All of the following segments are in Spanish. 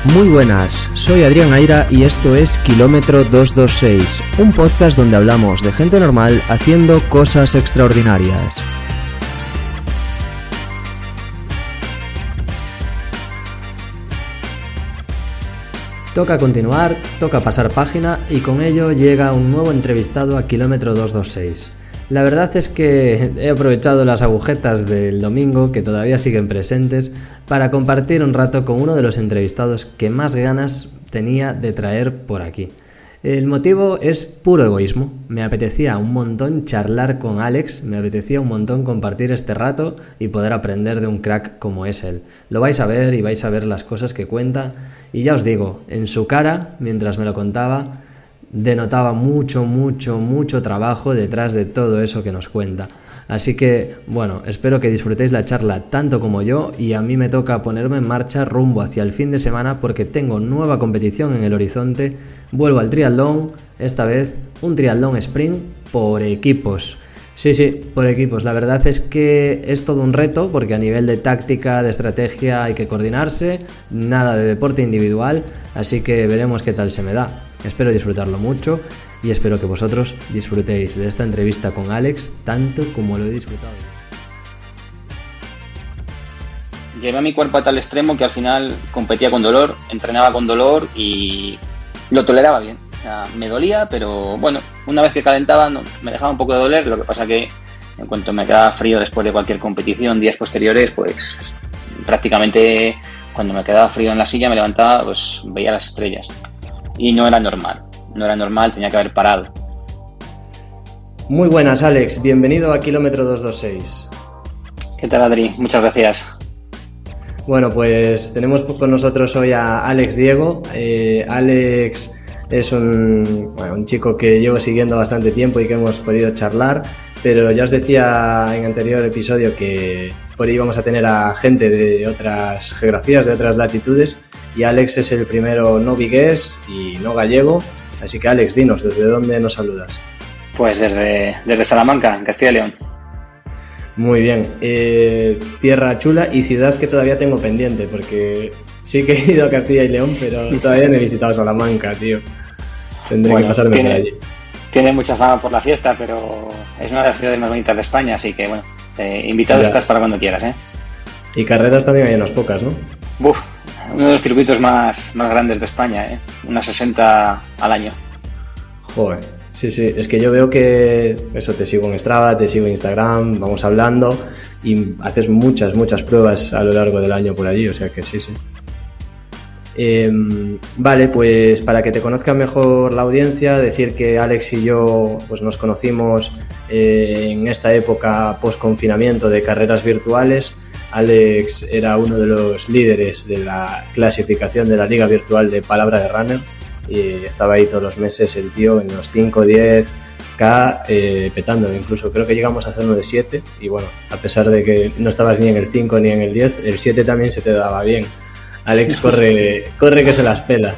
Muy buenas, soy Adrián Aira y esto es Kilómetro 226, un podcast donde hablamos de gente normal haciendo cosas extraordinarias. Toca continuar, toca pasar página y con ello llega un nuevo entrevistado a Kilómetro 226. La verdad es que he aprovechado las agujetas del domingo, que todavía siguen presentes, para compartir un rato con uno de los entrevistados que más ganas tenía de traer por aquí. El motivo es puro egoísmo. Me apetecía un montón charlar con Alex, me apetecía un montón compartir este rato y poder aprender de un crack como es él. Lo vais a ver y vais a ver las cosas que cuenta y ya os digo, en su cara, mientras me lo contaba, denotaba mucho trabajo detrás de todo eso que nos cuenta. Así que, bueno, espero que disfrutéis la charla tanto como yo y a mí me toca ponerme en marcha rumbo hacia el fin de semana porque tengo nueva competición en el horizonte. Vuelvo al triatlón, esta vez un triatlón sprint por equipos. Sí, por equipos. La verdad es que es todo un reto porque a nivel de táctica, de estrategia hay que coordinarse, nada de deporte individual, así que veremos qué tal se me da. Espero disfrutarlo mucho y espero que vosotros disfrutéis de esta entrevista con Alex tanto como lo he disfrutado. Llevé a mi cuerpo a tal extremo que al final competía con dolor, entrenaba con dolor y lo toleraba bien. O sea, me dolía, pero bueno, una vez que calentaba me dejaba un poco de doler, lo que pasa que en cuanto me quedaba frío después de cualquier competición, días posteriores, pues prácticamente cuando me quedaba frío en la silla me levantaba, pues veía las estrellas. Y no era normal, tenía que haber parado. Muy buenas, Alex, bienvenido a Kilómetro 226. ¿Qué tal, Adri? Muchas gracias. Bueno, pues tenemos con nosotros hoy a Alex Diego. Alex es un chico que llevo siguiendo bastante tiempo y que hemos podido charlar, pero ya os decía en anterior episodio que por ahí vamos a tener a gente de otras geografías, de otras latitudes, y Alex es el primero no vigués y no gallego, así que Alex, dinos, ¿desde dónde nos saludas? Pues desde Salamanca, en Castilla y León. Muy bien, tierra chula y ciudad que todavía tengo pendiente, porque sí que he ido a Castilla y León, pero todavía no he visitado Salamanca, tío. Tendré que pasarme por allí. Tiene mucha fama por la fiesta, pero es una de las ciudades más bonitas de España, así que bueno, invitado estás para cuando quieras, ¿eh? Y carreras también hay unas pocas, ¿no? Uno de los circuitos más grandes de España, ¿eh? Unas 60 al año. Joder, sí, es que yo veo que eso, te sigo en Strava, te sigo en Instagram, vamos hablando y haces muchas pruebas a lo largo del año por allí, o sea que sí. Vale, pues para que te conozca mejor la audiencia, decir que Alex y yo pues nos conocimos en esta época post-confinamiento de carreras virtuales. Alex era uno de los líderes de la clasificación de la Liga Virtual de Palabra de Runner y estaba ahí todos los meses el tío en los 5, 10K petándolo. Incluso creo que llegamos a hacer uno de 7 y bueno, a pesar de que no estabas ni en el 5 ni en el 10, el 7 también se te daba bien. Alex corre que se las pela.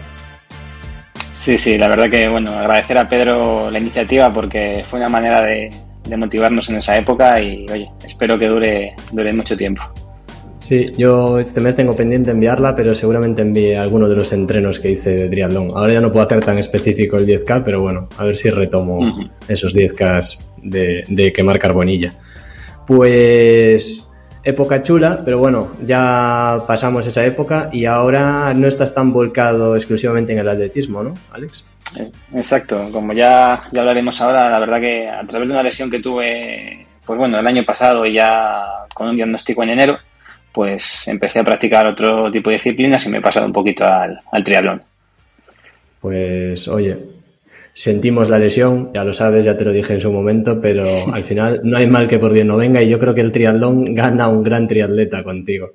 Sí, la verdad que bueno, agradecer a Pedro la iniciativa porque fue una manera de motivarnos en esa época y oye, espero que dure mucho tiempo. Sí, yo este mes tengo pendiente enviarla, pero seguramente envíe alguno de los entrenos que hice de triatlón. Ahora ya no puedo hacer tan específico el 10K, pero bueno, a ver si retomo esos 10K de quemar carbonilla. Pues época chula, pero bueno, ya pasamos esa época y ahora no estás tan volcado exclusivamente en el atletismo, ¿no, Alex? Exacto, como ya hablaremos ahora, la verdad que a través de una lesión que tuve, pues bueno, el año pasado y ya con un diagnóstico en enero, pues empecé a practicar otro tipo de disciplinas y me he pasado un poquito al triatlón. Pues oye, sentimos la lesión, ya lo sabes, ya te lo dije en su momento, pero al final no hay mal que por bien no venga y yo creo que el triatlón gana un gran triatleta contigo.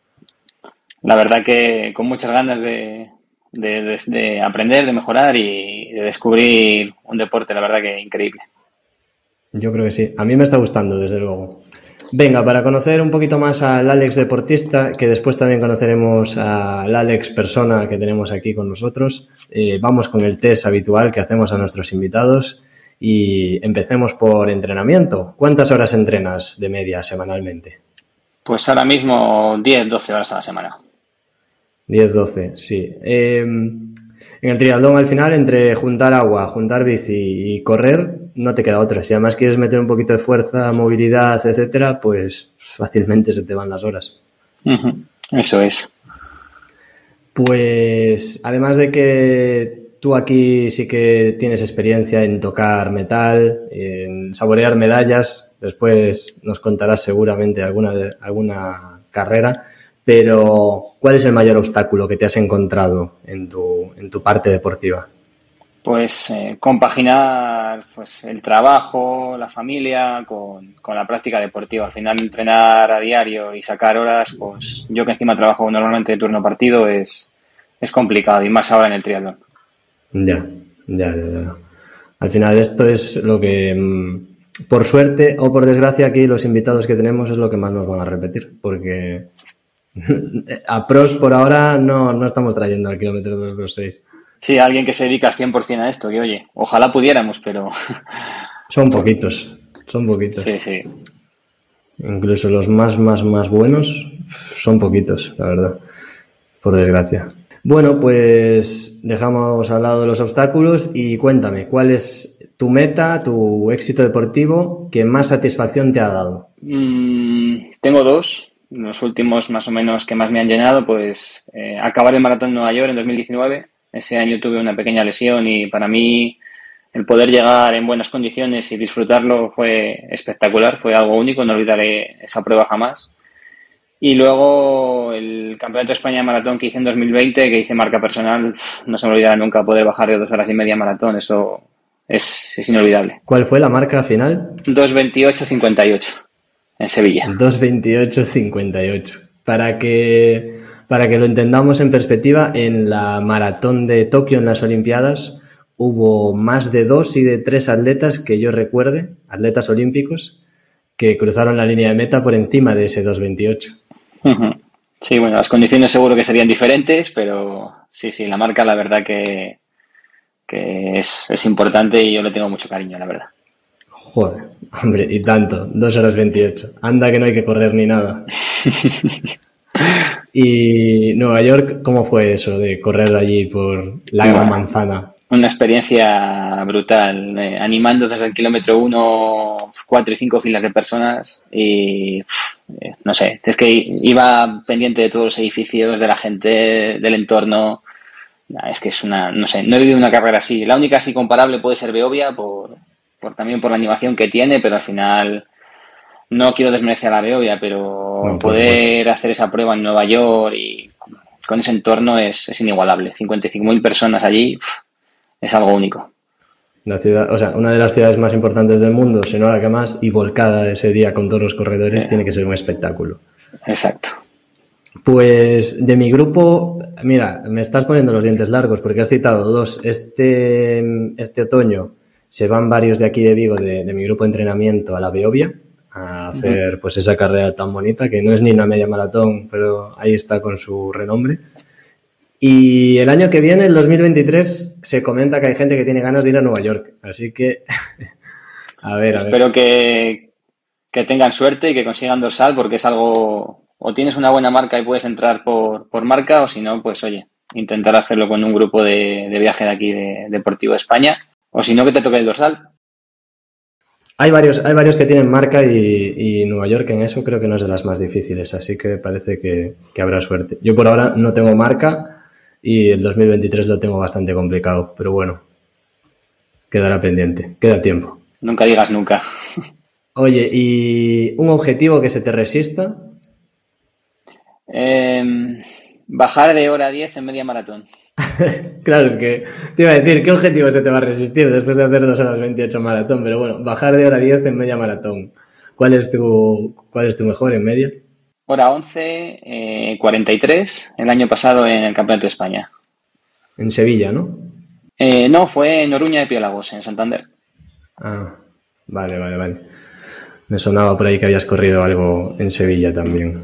La verdad que con muchas ganas de aprender, de mejorar y de descubrir un deporte, la verdad que increíble. Yo creo que sí, a mí me está gustando, desde luego. Venga, para conocer un poquito más al Alex deportista, que después también conoceremos al Alex persona que tenemos aquí con nosotros, vamos con el test habitual que hacemos a nuestros invitados y empecemos por entrenamiento. ¿Cuántas horas entrenas de media semanalmente? Pues ahora mismo 10-12 horas a la semana. 10-12, sí. En el triatlón al final, entre juntar agua, juntar bici y correr, no te queda otra. Si además quieres meter un poquito de fuerza, movilidad, etcétera, pues fácilmente se te van las horas. Eso es. Pues además de que tú aquí sí que tienes experiencia en tocar metal, en saborear medallas, después nos contarás seguramente alguna carrera, pero ¿cuál es el mayor obstáculo que te has encontrado en tu parte deportiva? Pues compaginar pues, el trabajo, la familia con la práctica deportiva. Al final entrenar a diario y sacar horas, pues yo que encima trabajo normalmente de turno partido es complicado y más ahora en el triatlón. Ya. Al final esto es lo que, por suerte o por desgracia, aquí los invitados que tenemos es lo que más nos van a repetir, porque a pros por ahora no estamos trayendo al kilómetro 226. Sí, alguien que se dedica al 100% a esto, que oye, ojalá pudiéramos, pero... Son poquitos. Sí, sí. Incluso los más buenos son poquitos, la verdad, por desgracia. Bueno, pues dejamos al lado los obstáculos y cuéntame, ¿cuál es tu meta, tu éxito deportivo que más satisfacción te ha dado? Tengo dos. Los últimos más o menos que más me han llenado, pues acabar el maratón de Nueva York en 2019. Ese año tuve una pequeña lesión y para mí el poder llegar en buenas condiciones y disfrutarlo fue espectacular, fue algo único, no olvidaré esa prueba jamás. Y luego el Campeonato de España de Maratón que hice en 2020, que hice marca personal, no se me olvidará nunca poder bajar de 2 horas y media maratón, eso es inolvidable. ¿Cuál fue la marca final? 2:28:58 en Sevilla. 2:28:58. Para que lo entendamos en perspectiva, en la maratón de Tokio, en las Olimpiadas, hubo más de 2 y de 3 atletas que yo recuerde, atletas olímpicos, que cruzaron la línea de meta por encima de ese 2:28. Sí, bueno, las condiciones seguro que serían diferentes, pero sí, la marca la verdad que es importante y yo le tengo mucho cariño, la verdad. Joder, hombre, y tanto, 2:28. Anda que no hay que correr ni nada. ¿Y Nueva York, cómo fue eso de correr allí por la Gran Manzana? Una experiencia brutal, animando desde el kilómetro 1, 4 y 5 filas de personas y no sé, es que iba pendiente de todos los edificios, de la gente, del entorno. Es que no sé, no he vivido una carrera así. La única así comparable puede ser Beovia también por la animación que tiene, pero al final no quiero desmerecer a la Beovia, pero Bueno, poder hacer esa prueba en Nueva York y con ese entorno es inigualable. 55.000 personas allí es algo único. La ciudad, o sea, una de las ciudades más importantes del mundo, si no la que más, y volcada ese día con todos los corredores, tiene que ser un espectáculo. Exacto. Pues de mi grupo, mira, me estás poniendo los dientes largos porque has citado dos. Este otoño se van varios de aquí de Vigo, de mi grupo de entrenamiento, a la Beovia a hacer pues esa carrera tan bonita, que no es ni una media maratón, pero ahí está con su renombre. Y el año que viene, el 2023, se comenta que hay gente que tiene ganas de ir a Nueva York. Así que, a ver. Espero que tengan suerte y que consigan dorsal, porque es algo... O tienes una buena marca y puedes entrar por marca, o si no, pues oye, intentar hacerlo con un grupo de viaje de aquí, de Deportivo de España. O si no, que te toque el dorsal. Hay varios que tienen marca y Nueva York en eso creo que no es de las más difíciles, así que parece que habrá suerte. Yo por ahora no tengo marca y el 2023 lo tengo bastante complicado, pero bueno, quedará pendiente, queda tiempo. Nunca digas nunca. Oye, ¿y un objetivo que se te resista? Bajar de hora 10 en media maratón. Claro, es que te iba a decir, ¿qué objetivo se te va a resistir después de hacer 2:28 maratón? Pero bueno, bajar de hora 10 en media maratón. ¿Cuál es tu mejor en media? Hora 11, 43, el año pasado en el Campeonato de España. En Sevilla, ¿no? No, fue en Oruña de Piólagos, en Santander. Ah, vale. Me sonaba por ahí que habías corrido algo en Sevilla también.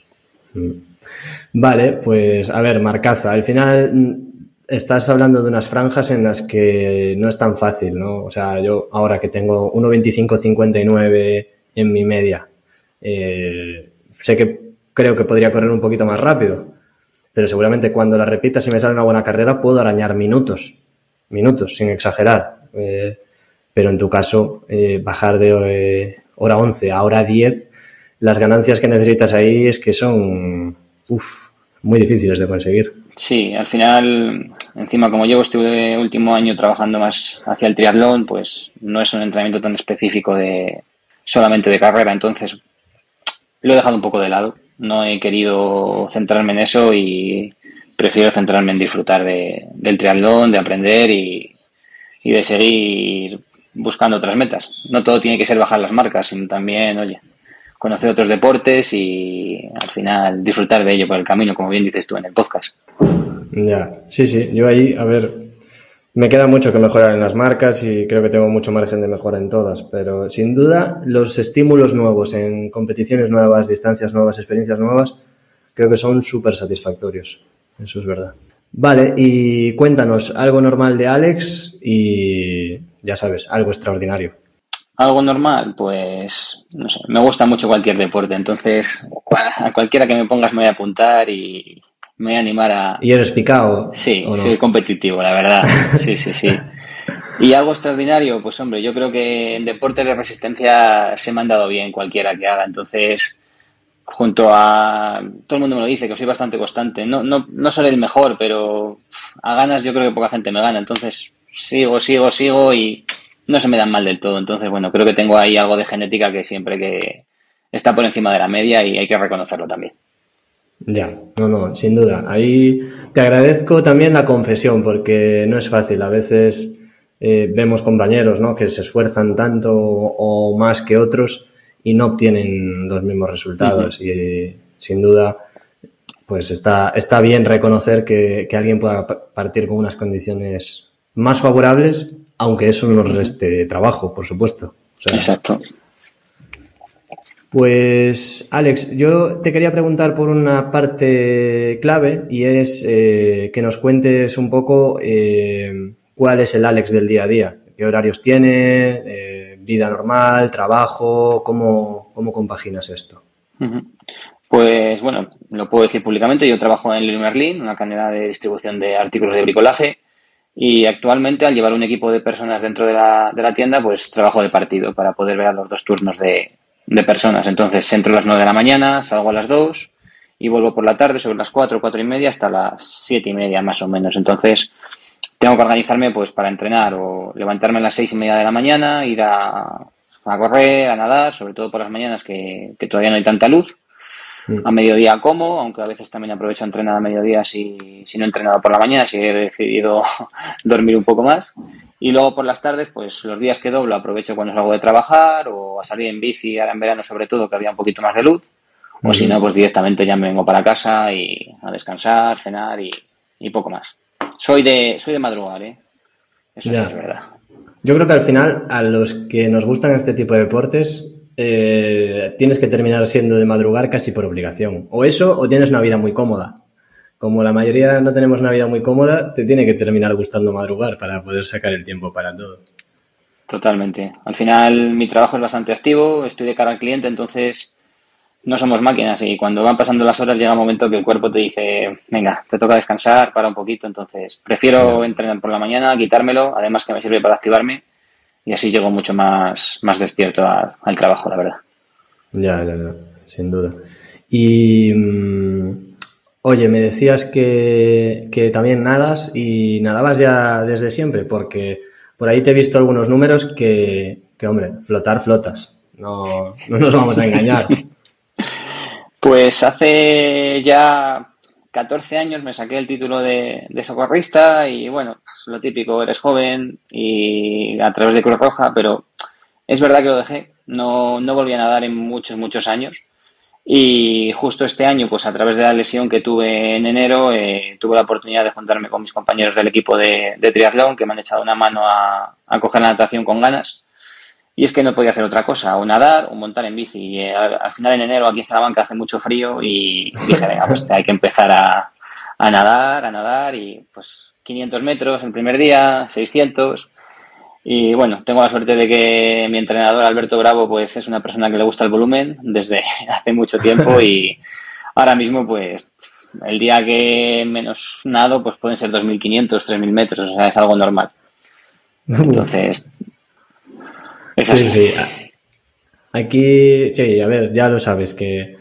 Vale, pues a ver, marcaza. Al final estás hablando de unas franjas en las que no es tan fácil, ¿no? O sea, yo ahora que tengo 1:25:59 en mi media, sé que creo que podría correr un poquito más rápido, pero seguramente cuando la repita, si me sale una buena carrera, puedo arañar minutos, sin exagerar. Pero en tu caso, bajar de hora 11 a hora 10, las ganancias que necesitas ahí es que son muy difíciles de conseguir. Sí, al final, encima como llevo este último año trabajando más hacia el triatlón, pues no es un entrenamiento tan específico de solamente de carrera, entonces lo he dejado un poco de lado. No he querido centrarme en eso y prefiero centrarme en disfrutar del triatlón, de aprender y de seguir buscando otras metas. No todo tiene que ser bajar las marcas, sino también, oye, conocer otros deportes y al final disfrutar de ello por el camino, como bien dices tú en el podcast. Ya, sí, yo ahí, a ver, me queda mucho que mejorar en las marcas y creo que tengo mucho margen de mejora en todas, pero sin duda los estímulos nuevos en competiciones nuevas, distancias nuevas, experiencias nuevas, creo que son súper satisfactorios, eso es verdad. Vale, y cuéntanos algo normal de Alex y ya sabes, algo extraordinario. Algo normal, pues no sé, me gusta mucho cualquier deporte, entonces a cualquiera que me pongas me voy a apuntar y me voy a animar a... ¿Y eres picado? Sí, ¿O no? soy competitivo, la verdad. Sí. Y algo extraordinario, pues hombre, yo creo que en deportes de resistencia se me han dado bien cualquiera que haga, entonces junto a... Todo el mundo me lo dice, que soy bastante constante. No soy el mejor, pero a ganas yo creo que poca gente me gana, entonces sigo y no se me dan mal del todo. Entonces, bueno, creo que tengo ahí algo de genética que siempre que está por encima de la media y hay que reconocerlo también. Ya, no, sin duda. Ahí te agradezco también la confesión porque no es fácil. A veces vemos compañeros, ¿no?, que se esfuerzan tanto o más que otros y no obtienen los mismos resultados. Uh-huh. Y sin duda, pues está bien reconocer que alguien pueda partir con unas condiciones más favorables, aunque eso no nos reste trabajo, por supuesto. O sea, exacto. Pues, Alex, yo te quería preguntar por una parte clave y es que nos cuentes un poco cuál es el Alex del día a día, qué horarios tiene, vida normal, trabajo, cómo compaginas esto. Uh-huh. Pues bueno, lo puedo decir públicamente, yo trabajo en Leroy Merlin, una cadena de distribución de artículos de bricolaje, y actualmente al llevar un equipo de personas dentro de la tienda, pues trabajo de partido para poder ver a los dos turnos de personas. Entonces entro a las 9 de la mañana, salgo a las 2 y vuelvo por la tarde sobre las 4:30 hasta las 7:30 más o menos. Entonces tengo que organizarme pues para entrenar o levantarme a las 6:30 de la mañana, ir a correr, a nadar, sobre todo por las mañanas que todavía no hay tanta luz. A mediodía como, aunque a veces también aprovecho a entrenar a mediodía si no he entrenado por la mañana, si he decidido dormir un poco más. Y luego por las tardes, pues los días que doblo aprovecho cuando salgo de trabajar o a salir en bici, ahora en verano sobre todo, que había un poquito más de luz. O si no, pues directamente ya me vengo para casa y a descansar, cenar y poco más. Soy de madrugar, ¿eh? Eso ya. Sí es verdad. Yo creo que al final, a los que nos gustan este tipo de deportes, tienes que terminar siendo de madrugar casi por obligación. O eso, o tienes una vida muy cómoda. Como la mayoría no tenemos una vida muy cómoda, te tiene que terminar gustando madrugar para poder sacar el tiempo para todo. Totalmente. Al final mi trabajo es bastante activo, estoy de cara al cliente, entonces no somos máquinas y cuando van pasando las horas llega un momento que el cuerpo te dice, venga, te toca descansar, para un poquito, entonces prefiero entrenar por la mañana, quitármelo, además que me sirve para activarme y así llego mucho más despierto al trabajo, la verdad. Ya, sin duda. Y... oye, me decías que también nadas y nadabas ya desde siempre, porque por ahí te he visto algunos números que hombre, flotas. No nos vamos a engañar. Pues hace ya 14 años me saqué el título de socorrista y bueno, pues lo típico, eres joven y a través de Cruz Roja, pero es verdad que lo dejé, no volví a nadar en muchos años. Y justo este año, pues a través de la lesión que tuve en enero, tuve la oportunidad de juntarme con mis compañeros del equipo de triatlón que me han echado una mano a coger la natación con ganas. Y es que no podía hacer otra cosa, o nadar o montar en bici. Y al final en enero aquí en Salamanca hace mucho frío y dije, venga, pues hay que empezar a nadar y pues 500 metros el primer día, 600... Y bueno, tengo la suerte de que mi entrenador Alberto Bravo pues es una persona que le gusta el volumen desde hace mucho tiempo y ahora mismo pues el día que menos nado, pues pueden ser 2.500, 3.000 metros, o sea, es algo normal. Uf. Entonces, es Sí, así. sí. Aquí, sí, a ver, ya lo sabes que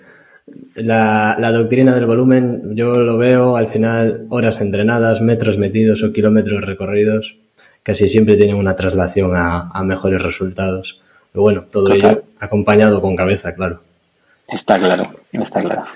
la doctrina del volumen, yo lo veo al final, horas entrenadas, metros metidos o kilómetros recorridos, casi siempre tienen una traslación a mejores resultados. Pero bueno, todo ello Total. acompañado con cabeza, claro. Está claro, está claro.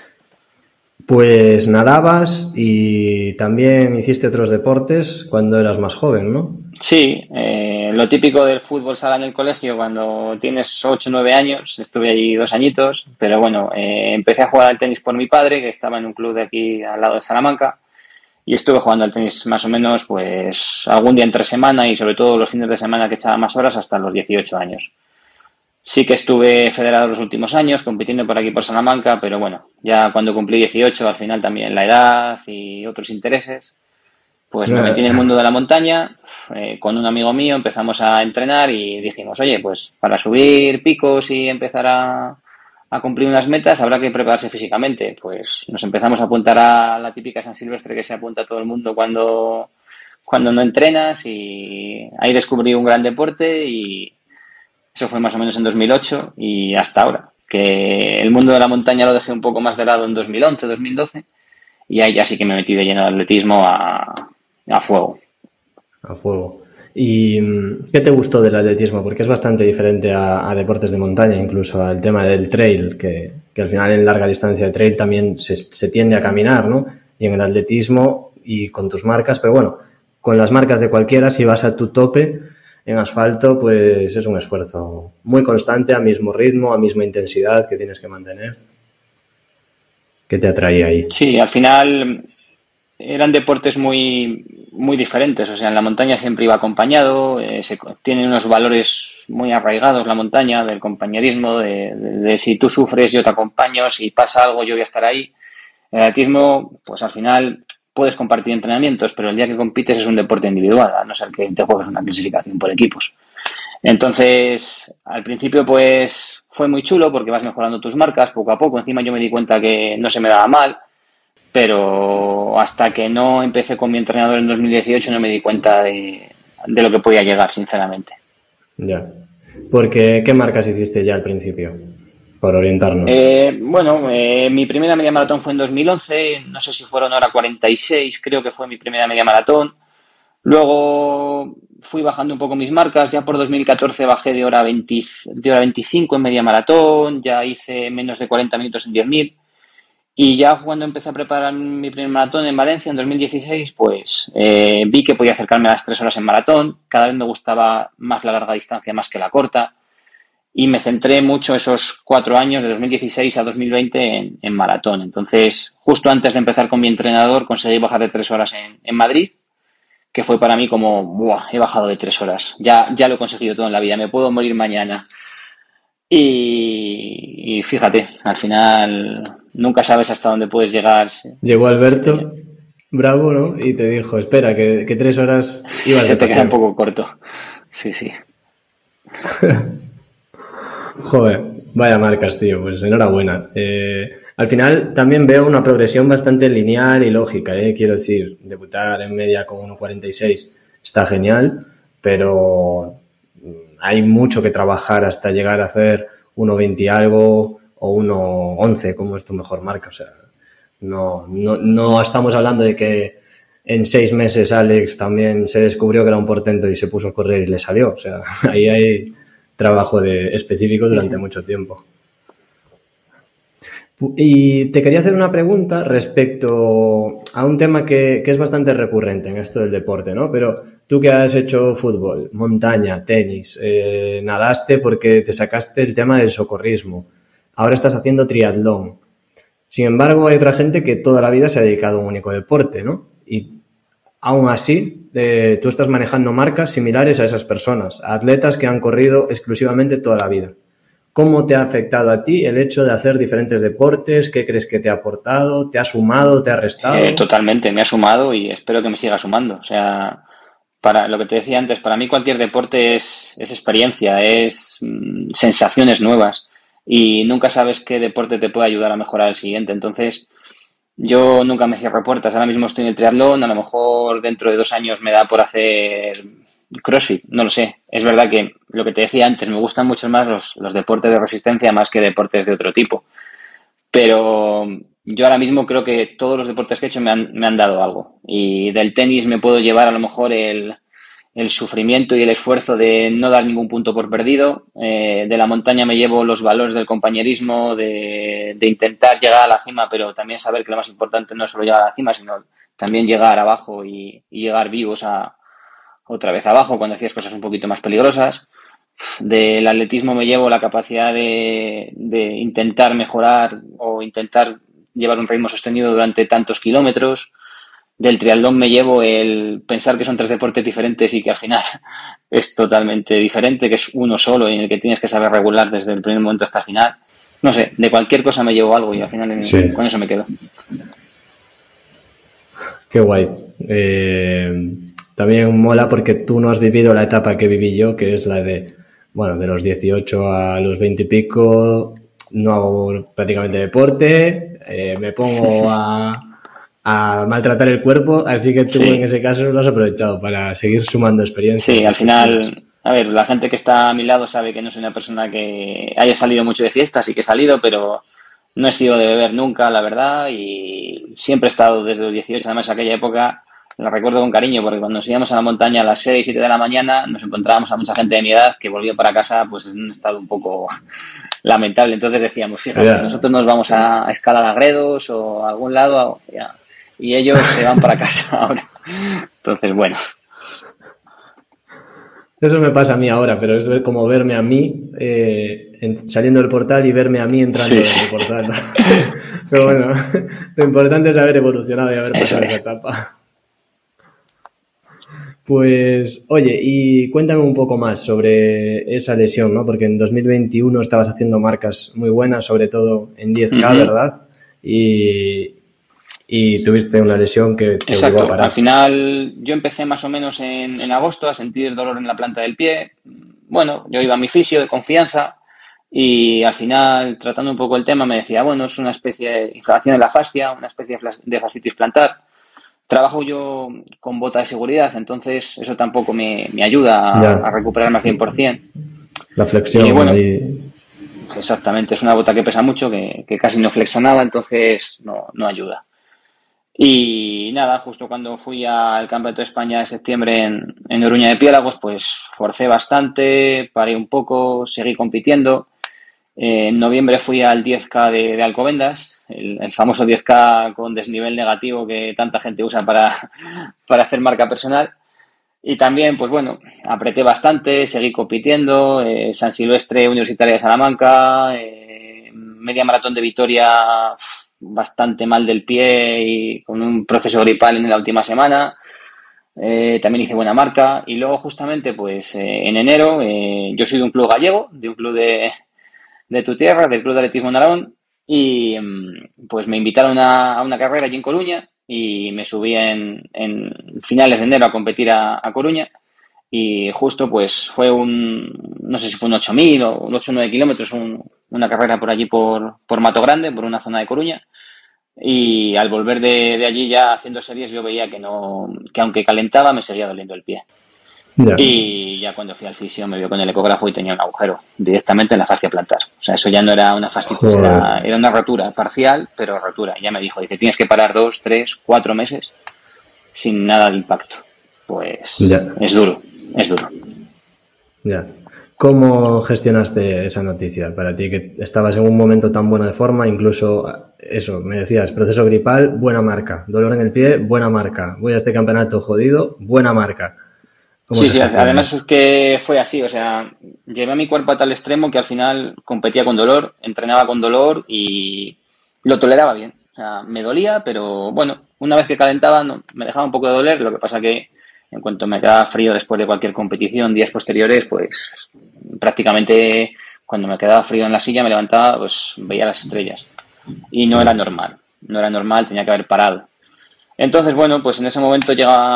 Pues nadabas y también hiciste otros deportes cuando eras más joven, ¿no? Sí, lo típico del fútbol sala en el colegio, cuando tienes 8 o 9 años, estuve allí 2 añitos, pero bueno, empecé a jugar al tenis por mi padre, que estaba en un club de aquí al lado de Salamanca, y estuve jugando al tenis más o menos, pues algún día entre semana y sobre todo los fines de semana que echaba más horas hasta los 18 años. Sí que estuve federado los últimos años, compitiendo por aquí por Salamanca, pero bueno, ya cuando cumplí 18, al final también la edad y otros intereses, pues me metí en el mundo de la montaña, con un amigo mío empezamos a entrenar y dijimos, oye, pues para subir picos y empezar a cumplir unas metas habrá que prepararse físicamente. Pues nos empezamos a apuntar a la típica San Silvestre que se apunta a todo el mundo cuando no entrenas, y ahí descubrí un gran deporte, y eso fue más o menos en 2008 y hasta ahora, que el mundo de la montaña lo dejé un poco más de lado en 2011, 2012, y ahí ya sí que me metí de lleno al atletismo a fuego. A fuego. ¿Y qué te gustó del atletismo? Porque es bastante diferente a deportes de montaña, incluso al tema del trail, que al final en larga distancia de trail también se tiende a caminar, ¿no? Y en el atletismo y con tus marcas, pero bueno, con las marcas de cualquiera, si vas a tu tope en asfalto, pues es un esfuerzo muy constante, a mismo ritmo, a misma intensidad que tienes que mantener. ¿Qué te atrae ahí? Sí, al final eran deportes muy, muy diferentes. O sea, en la montaña siempre iba acompañado, tiene unos valores muy arraigados la montaña, del compañerismo, de si tú sufres yo te acompaño, si pasa algo yo voy a estar ahí. El atletismo, pues al final puedes compartir entrenamientos, pero el día que compites es un deporte individual, a no ser que te juegues una clasificación por equipos. Entonces, al principio pues fue muy chulo porque vas mejorando tus marcas poco a poco. Encima yo me di cuenta que no se me daba mal, pero hasta que no empecé con mi entrenador en 2018 no me di cuenta de lo que podía llegar, sinceramente. Ya. Porque, ¿qué marcas hiciste ya al principio? Por orientarnos. Mi primera media maratón fue en 2011, no sé si fueron hora 46, creo que fue mi primera media maratón. Luego fui bajando un poco mis marcas, ya por 2014 bajé de hora 20, de hora 25 en media maratón, ya hice menos de 40 minutos en 10.000. Y ya cuando empecé a preparar mi primer maratón en Valencia en 2016, pues vi que podía acercarme a las 3 horas en maratón. Cada vez me gustaba más la larga distancia más que la corta. Y me centré mucho esos 4 años, de 2016 a 2020, en maratón. Entonces, justo antes de empezar con mi entrenador, conseguí bajar de 3 horas en Madrid, que fue para mí como, ¡buah! He bajado de 3 horas. Ya lo he conseguido todo en la vida, me puedo morir mañana. Y fíjate, al final nunca sabes hasta dónde puedes llegar. Llegó Alberto, bravo, ¿no? Y te dijo, espera, que 3 horas ibas Se de te queda un paseo. poco corto. Sí, sí. Joder, vaya marcas, tío, pues enhorabuena. Al final también veo una progresión bastante lineal y lógica, ¿eh? Quiero decir, debutar en media con 1,46 está genial, pero hay mucho que trabajar hasta llegar a hacer 1,20 y algo o 1,11, como es tu mejor marca. O sea, no estamos hablando de que en 6 meses Alex también se descubrió que era un portento y se puso a correr y le salió. O sea, ahí hay trabajo específico durante mucho tiempo. Y te quería hacer una pregunta respecto a un tema que es bastante recurrente en esto del deporte, ¿no? Pero tú que has hecho fútbol, montaña, tenis, nadaste porque te sacaste el tema del socorrismo, ahora estás haciendo triatlón. Sin embargo, hay otra gente que toda la vida se ha dedicado a un único deporte, ¿no? Y aún así, tú estás manejando marcas similares a esas personas, a atletas que han corrido exclusivamente toda la vida. ¿Cómo te ha afectado a ti el hecho de hacer diferentes deportes? ¿Qué crees que te ha aportado? ¿Te ha sumado? ¿Te ha restado? Totalmente, me ha sumado y espero que me siga sumando. O sea, para lo que te decía antes, para mí cualquier deporte es experiencia, es sensaciones nuevas, y nunca sabes qué deporte te puede ayudar a mejorar el siguiente. Entonces, Yo nunca me cierro puertas. Ahora mismo estoy en el triatlón. A lo mejor dentro de 2 años me da por hacer CrossFit. No lo sé. Es verdad que lo que te decía antes, me gustan mucho más los deportes de resistencia más que deportes de otro tipo. Pero yo ahora mismo creo que todos los deportes que he hecho me han dado algo. Y del tenis me puedo llevar a lo mejor el sufrimiento y el esfuerzo de no dar ningún punto por perdido. De la montaña me llevo los valores del compañerismo, de intentar llegar a la cima, pero también saber que lo más importante no es solo llegar a la cima, sino también llegar abajo y llegar vivos a otra vez abajo cuando hacías cosas un poquito más peligrosas. Del atletismo me llevo la capacidad de intentar mejorar o intentar llevar un ritmo sostenido durante tantos kilómetros. Del triatlón me llevo el pensar que son 3 deportes diferentes y que al final es totalmente diferente, que es uno solo y en el que tienes que saber regular desde el primer momento hasta el final. No sé, de cualquier cosa me llevo algo y al final con eso me quedo. Qué guay. También mola porque tú no has vivido la etapa que viví yo, que es la de los 18 a los 20 y pico, no hago prácticamente deporte, me pongo a maltratar el cuerpo, así que tú en ese caso lo has aprovechado para seguir sumando experiencia. Sí, al final, a ver, la gente que está a mi lado sabe que no soy una persona que haya salido mucho de fiestas y que he salido, pero no he sido de beber nunca, la verdad, y siempre he estado desde los 18, además aquella época la recuerdo con cariño, porque cuando nos íbamos a la montaña a las 6, 7 de la mañana, nos encontrábamos a mucha gente de mi edad que volvía para casa pues en un estado un poco lamentable. Entonces decíamos, fíjate, nosotros nos vamos a escalar a Gredos o a algún lado y ellos se van para casa ahora. Entonces, bueno. Eso me pasa a mí ahora, pero es como verme a mí saliendo del portal y verme a mí entrando en el portal. Pero bueno, lo importante es haber evolucionado y haber pasado esa etapa. Pues, oye, y cuéntame un poco más sobre esa lesión, ¿no? Porque en 2021 estabas haciendo marcas muy buenas, sobre todo en 10K, ¿verdad? Y tuviste una lesión que te obligó a parar. Al final yo empecé más o menos en agosto a sentir dolor en la planta del pie. Bueno, yo iba a mi fisio de confianza y al final, tratando un poco el tema, me decía, bueno, es una especie de inflamación en la fascia, una especie de fascitis plantar. Trabajo yo con bota de seguridad, entonces eso tampoco me ayuda a recuperarme al 100%. La flexión. Y bueno, exactamente, es una bota que pesa mucho, que casi no flexa nada, entonces no ayuda. Y nada, justo cuando fui al Campeonato de España de septiembre en Oruña de Piélagos, pues forcé bastante, paré un poco, seguí compitiendo. En noviembre fui al 10K de Alcobendas, el famoso 10K con desnivel negativo que tanta gente usa para hacer marca personal. Y también, pues bueno, apreté bastante, seguí compitiendo. San Silvestre Universitaria de Salamanca, media maratón de Vitoria, bastante mal del pie y con un proceso gripal en la última semana. También hice buena marca. Y luego, justamente, pues en enero, yo soy de un club gallego, de un club de tu tierra, del Club de Atletismo Narón, y pues me invitaron a una carrera allí en Coruña y me subí en finales de enero a competir a Coruña y justo pues fue no sé si fue un 8.000 o un 8 o 9 kilómetros, una carrera por allí por Mato Grande, por una zona de Coruña, y al volver de allí ya haciendo series yo veía que aunque calentaba me seguía doliendo el pie. Y ya cuando fui al fisio me vio con el ecógrafo y tenía un agujero directamente en la fascia plantar. O sea, eso ya no era una fascitis, era una rotura parcial, pero rotura. Y ya me dice, tienes que parar 2, 3, 4 meses sin nada de impacto. Pues es duro. Ya. ¿Cómo gestionaste esa noticia para ti, que estabas en un momento tan bueno de forma? Incluso eso, me decías, proceso gripal, buena marca. Dolor en el pie, buena marca. Voy a este campeonato jodido, buena marca. Sí, además es que fue así, o sea, llevé a mi cuerpo a tal extremo que al final competía con dolor, entrenaba con dolor y lo toleraba bien. O sea, me dolía, pero bueno, una vez que calentaba me dejaba un poco de doler, lo que pasa que en cuanto me quedaba frío después de cualquier competición, días posteriores, pues prácticamente cuando me quedaba frío en la silla me levantaba, pues veía las estrellas. Y no era normal, tenía que haber parado. Entonces, bueno, pues en ese momento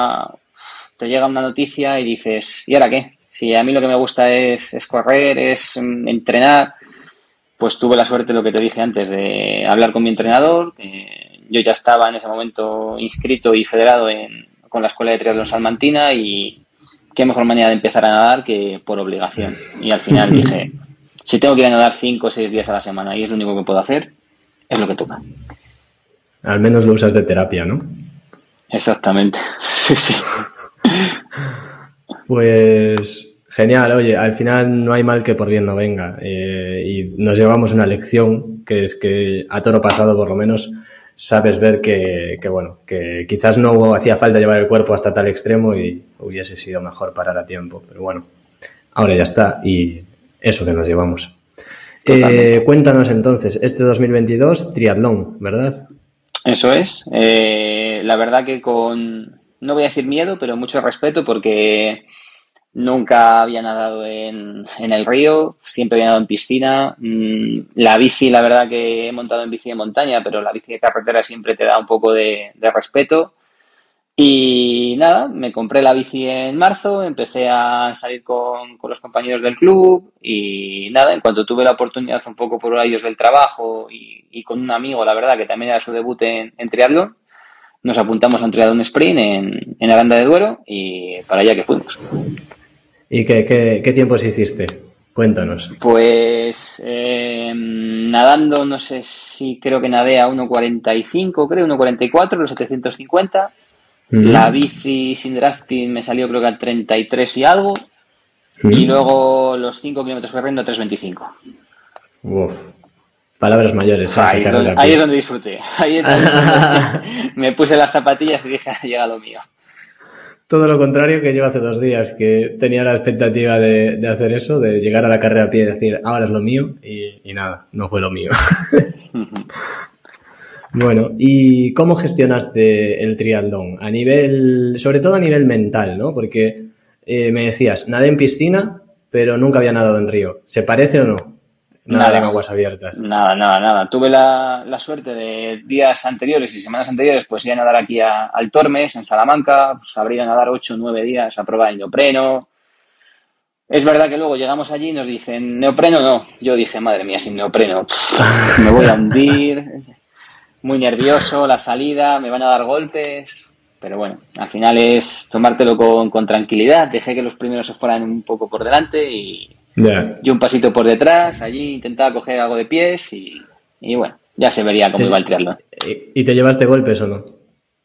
te llega una noticia y dices, ¿y ahora qué? Si a mí lo que me gusta es correr, es entrenar, pues tuve la suerte, lo que te dije antes, de hablar con mi entrenador. yo ya estaba en ese momento inscrito y federado con la Escuela de Triatlón Salmantina y qué mejor manera de empezar a nadar que por obligación. Y al final dije, si tengo que ir a nadar 5 o 6 días a la semana y es lo único que puedo hacer, es lo que toca. Al menos lo usas de terapia, ¿no? Exactamente, sí, sí. Pues genial, oye, al final no hay mal que por bien no venga y nos llevamos una lección que es que a toro pasado por lo menos sabes ver que bueno, que quizás no hacía falta llevar el cuerpo hasta tal extremo y hubiese sido mejor parar a tiempo, pero bueno, ahora ya está y eso que nos llevamos. Cuéntanos entonces, este 2022 triatlón, ¿verdad? Eso es, la verdad que no voy a decir miedo, pero mucho respeto porque nunca había nadado en el río, siempre había nadado en piscina. La bici, la verdad que he montado en bici de montaña, pero la bici de carretera siempre te da un poco de respeto. Y nada, me compré la bici en marzo, empecé a salir con los compañeros del club y nada, en cuanto tuve la oportunidad un poco por horarios del trabajo y con un amigo, la verdad, que también era su debut en triatlón, nos apuntamos a un triatlón sprint en Aranda de Duero y para allá que fuimos. ¿Y qué tiempos hiciste? Cuéntanos. Pues nadando, no sé si creo que nadé a 1.45, creo, 1.44, los 750. La bici sin drafting me salió creo que a 33 y algo. Y luego los 5 kilómetros corriendo a 3.25. Uf, palabras mayores. Ahí es donde disfruté. Ahí es donde me puse las zapatillas y dije, llega lo mío. Todo lo contrario que yo hace 2 días, que tenía la expectativa de hacer eso, de llegar a la carrera a pie y decir, ahora es lo mío, y nada, no fue lo mío. Bueno, ¿y cómo gestionaste el triatlón? Sobre todo a nivel mental, ¿no? Porque me decías, nadé en piscina, pero nunca había nadado en río. ¿Se parece o no? Nadar en aguas abiertas. Nada. Tuve la suerte de días anteriores y semanas anteriores, pues ir a nadar aquí al Tormes, en Salamanca, pues habré ido a nadar 8 o 9 días a probar el neopreno. Es verdad que luego llegamos allí y nos dicen, neopreno no. Yo dije, madre mía, sin neopreno, me voy a hundir. Muy nervioso, la salida, me van a dar golpes, pero bueno, al final es tomártelo con tranquilidad. Dejé que los primeros se fueran un poco por delante y yo un pasito por detrás, allí intentaba coger algo de pies y bueno, ya se vería cómo iba el triatlón. ¿Y te llevaste golpes o no?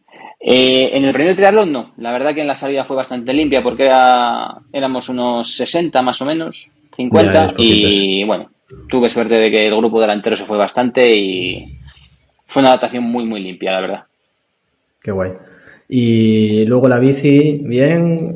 En el primer triatlón no, la verdad que en la salida fue bastante limpia porque éramos unos 60 más o menos, 50 y bueno, tuve suerte de que el grupo delantero se fue bastante y fue una adaptación muy, muy limpia, la verdad. Qué guay. Y luego la bici, ¿bien?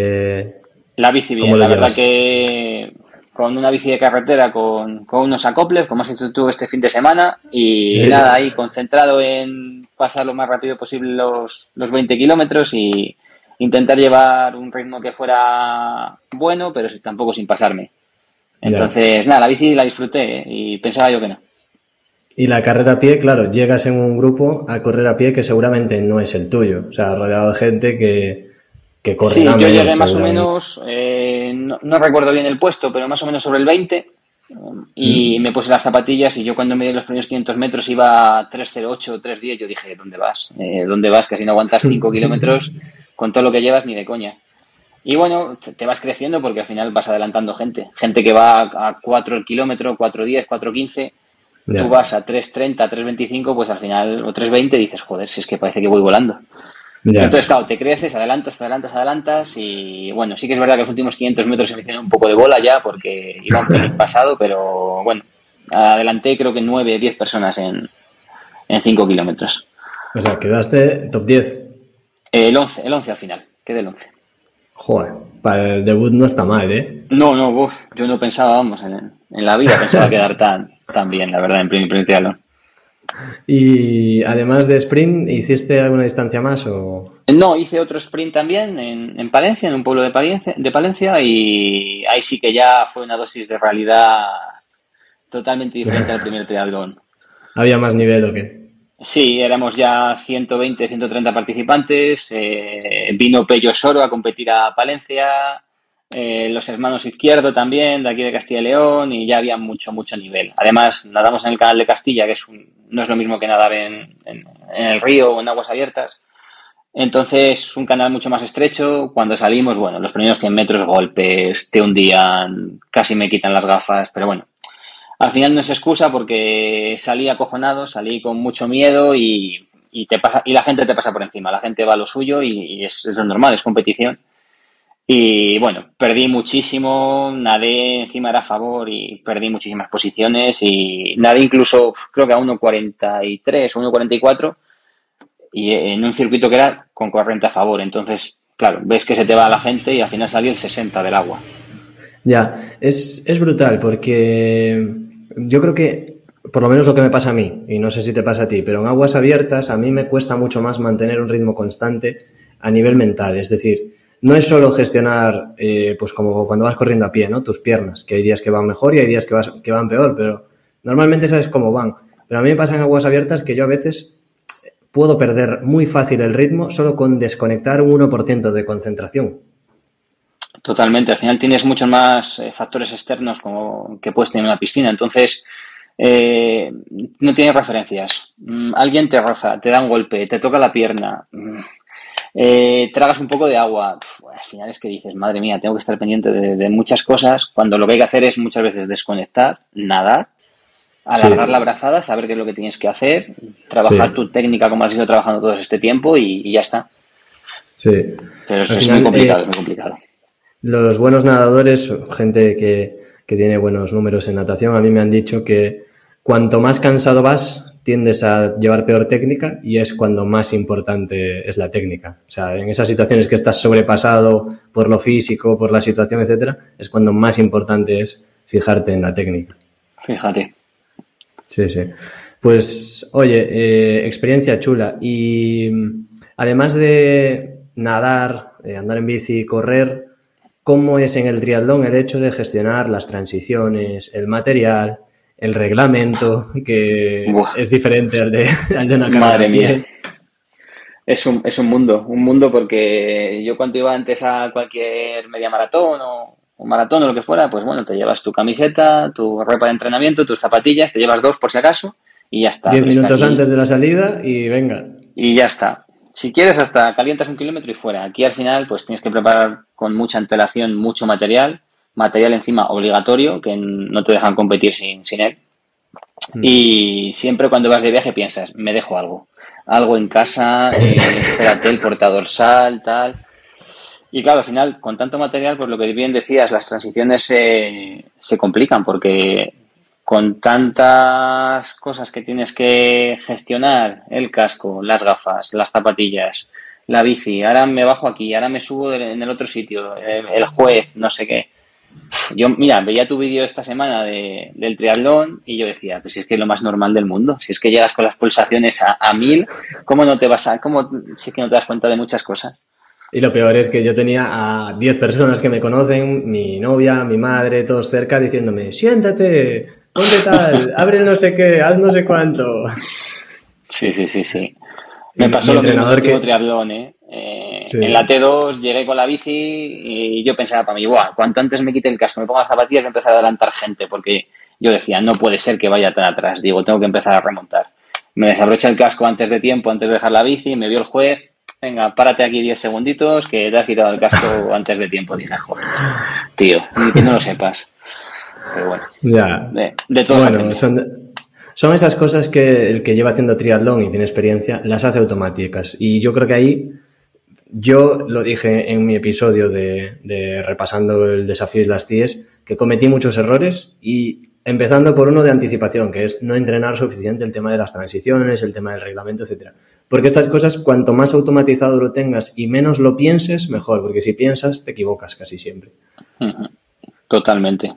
La bici bien, la verdad que con una bici de carretera con unos acoples, como has hecho tú este fin de semana, y nada, ahí concentrado en pasar lo más rápido posible los 20 kilómetros y intentar llevar un ritmo que fuera bueno, pero tampoco sin pasarme. Entonces, nada, la bici la disfruté y pensaba yo que no. Y la carrera a pie, claro, llegas en un grupo a correr a pie que seguramente no es el tuyo, o sea, rodeado de gente que corre. Sí, yo llegué más o menos, no recuerdo bien el puesto, pero más o menos sobre el 20 y me puse las zapatillas y yo cuando me di los primeros 500 metros iba a 3.08, 3.10, yo dije, ¿dónde vas? ¿Dónde vas? Que si no aguantas 5 kilómetros con todo lo que llevas ni de coña. Y bueno, te vas creciendo porque al final vas adelantando gente que va a 4 el kilómetro, 4.10, 4.15. Tú vas a 3.30, 3.25, pues al final, o 3.20 dices, joder, si es que parece que voy volando. Entonces, claro, te creces, adelantas y bueno, sí que es verdad que los últimos 500 metros se me hicieron un poco de bola ya porque iba un pelín pasado, pero bueno, adelanté creo que 9, 10 personas en 5 kilómetros. O sea, quedaste top 10. El 11 al final, quedé el 11. Joder, para el debut no está mal, ¿eh? No, yo no pensaba, vamos, en la vida pensaba quedar tan bien, la verdad, en primer triatlón. Y además de sprint, ¿hiciste alguna distancia más o...? No, hice otro sprint también en Palencia, en un pueblo de Palencia, y ahí sí que ya fue una dosis de realidad totalmente diferente al primer triatlón. ¿Había más nivel o qué? Sí, éramos ya 120, 130 participantes, vino Pello Soro a competir a Palencia, los hermanos Izquierdo también, de aquí de Castilla y León, y ya había mucho, mucho nivel. Además, nadamos en el Canal de Castilla, que no es lo mismo que nadar en el río o en aguas abiertas. Entonces, un canal mucho más estrecho. Cuando salimos, bueno, los primeros 100 metros, golpes, te hundían, casi me quitan las gafas, pero bueno, al final no es excusa porque salí acojonado, salí con mucho miedo y la gente te pasa por encima, la gente va a lo suyo y es lo normal, es competición. Y bueno, perdí muchísimo, nadé encima era a favor y perdí muchísimas posiciones y nadé incluso creo que a 1,43 o 1,44 y en un circuito que era con corriente a favor. Entonces, claro, ves que se te va la gente y al final salió el 60 del agua. Ya, es brutal porque yo creo que, por lo menos lo que me pasa a mí, y no sé si te pasa a ti, pero en aguas abiertas a mí me cuesta mucho más mantener un ritmo constante a nivel mental. Es decir, no es solo gestionar, pues como cuando vas corriendo a pie, ¿no? Tus piernas, que hay días que van mejor y hay días que van peor, pero normalmente sabes cómo van. Pero a mí me pasa en aguas abiertas que yo a veces puedo perder muy fácil el ritmo solo con desconectar un 1% de concentración. Totalmente, al final tienes muchos más factores externos como que puedes tener en una piscina, entonces no tienes referencias. Alguien te roza, te da un golpe, te toca la pierna, tragas un poco de agua. Al final es que dices, madre mía, tengo que estar pendiente de muchas cosas, cuando lo que hay que hacer es muchas veces desconectar, nadar, alargar la brazada, saber qué es lo que tienes que hacer, trabajar tu técnica como has ido trabajando todo este tiempo y ya está. Sí. Pero eso es muy complicado, es muy complicado. Los buenos nadadores, gente que tiene buenos números en natación, a mí me han dicho que cuanto más cansado vas, tiendes a llevar peor técnica y es cuando más importante es la técnica. O sea, en esas situaciones que estás sobrepasado por lo físico, por la situación, etcétera, es cuando más importante es fijarte en la técnica. Fíjate. Sí, sí. Pues, oye, experiencia chula. Y además de nadar, andar en bici, correr, ¿cómo es en el triatlón el hecho de gestionar las transiciones, el material, el reglamento, que Buah. es diferente al de una carrera? Madre mía. Es un mundo porque yo cuando iba antes a cualquier media maratón o maratón o lo que fuera, pues bueno, te llevas tu camiseta, tu ropa de entrenamiento, tus zapatillas, te llevas dos por si acaso y ya está. 10 minutos antes de la salida y venga. Y ya está. Si quieres hasta calientas 1 kilómetro y fuera. Aquí al final pues tienes que preparar con mucha antelación mucho material encima obligatorio que no te dejan competir sin él. Y siempre cuando vas de viaje piensas, me dejo algo en casa, espérate, el portadorsal, tal. Y claro, al final, con tanto material, pues lo que bien decías, las transiciones se complican porque con tantas cosas que tienes que gestionar, el casco, las gafas, las zapatillas, la bici, ahora me bajo aquí, ahora me subo en el otro sitio, el juez, no sé qué. Yo, mira, veía tu vídeo esta semana del triatlón y yo decía, pues si es que es lo más normal del mundo, si es que llegas con las pulsaciones a 1000, ¿cómo no te vas si es que no te das cuenta de muchas cosas? Y lo peor es que yo tenía a 10 personas que me conocen, mi novia, mi madre, todos cerca, diciéndome, siéntate, ponte tal, abre el no sé qué, haz no sé cuánto. Sí. Me pasó lo mismo en el último triatlón, Sí. En la T2 llegué con la bici y yo pensaba para mí, ¡buah! Cuanto antes me quite el casco, me ponga las zapatillas y empezar a adelantar gente, porque yo decía, no puede ser que vaya tan atrás, digo, tengo que empezar a remontar. Me desabroché el casco antes de tiempo, antes de dejar la bici, me vio el juez, venga, párate aquí 10 segunditos, que te has quitado el casco antes de tiempo. Dije, joder, tío, ni que no lo sepas. Pero bueno, ya. De todo. Bueno, son esas cosas que el que lleva haciendo triatlón y tiene experiencia las hace automáticas. Y yo creo que ahí, yo lo dije en mi episodio de repasando el desafío de las TIEs, que cometí muchos errores y empezando por uno de anticipación, que es no entrenar suficiente el tema de las transiciones, el tema del reglamento, etcétera. Porque estas cosas, cuanto más automatizado lo tengas y menos lo pienses, mejor, porque si piensas te equivocas casi siempre. Totalmente.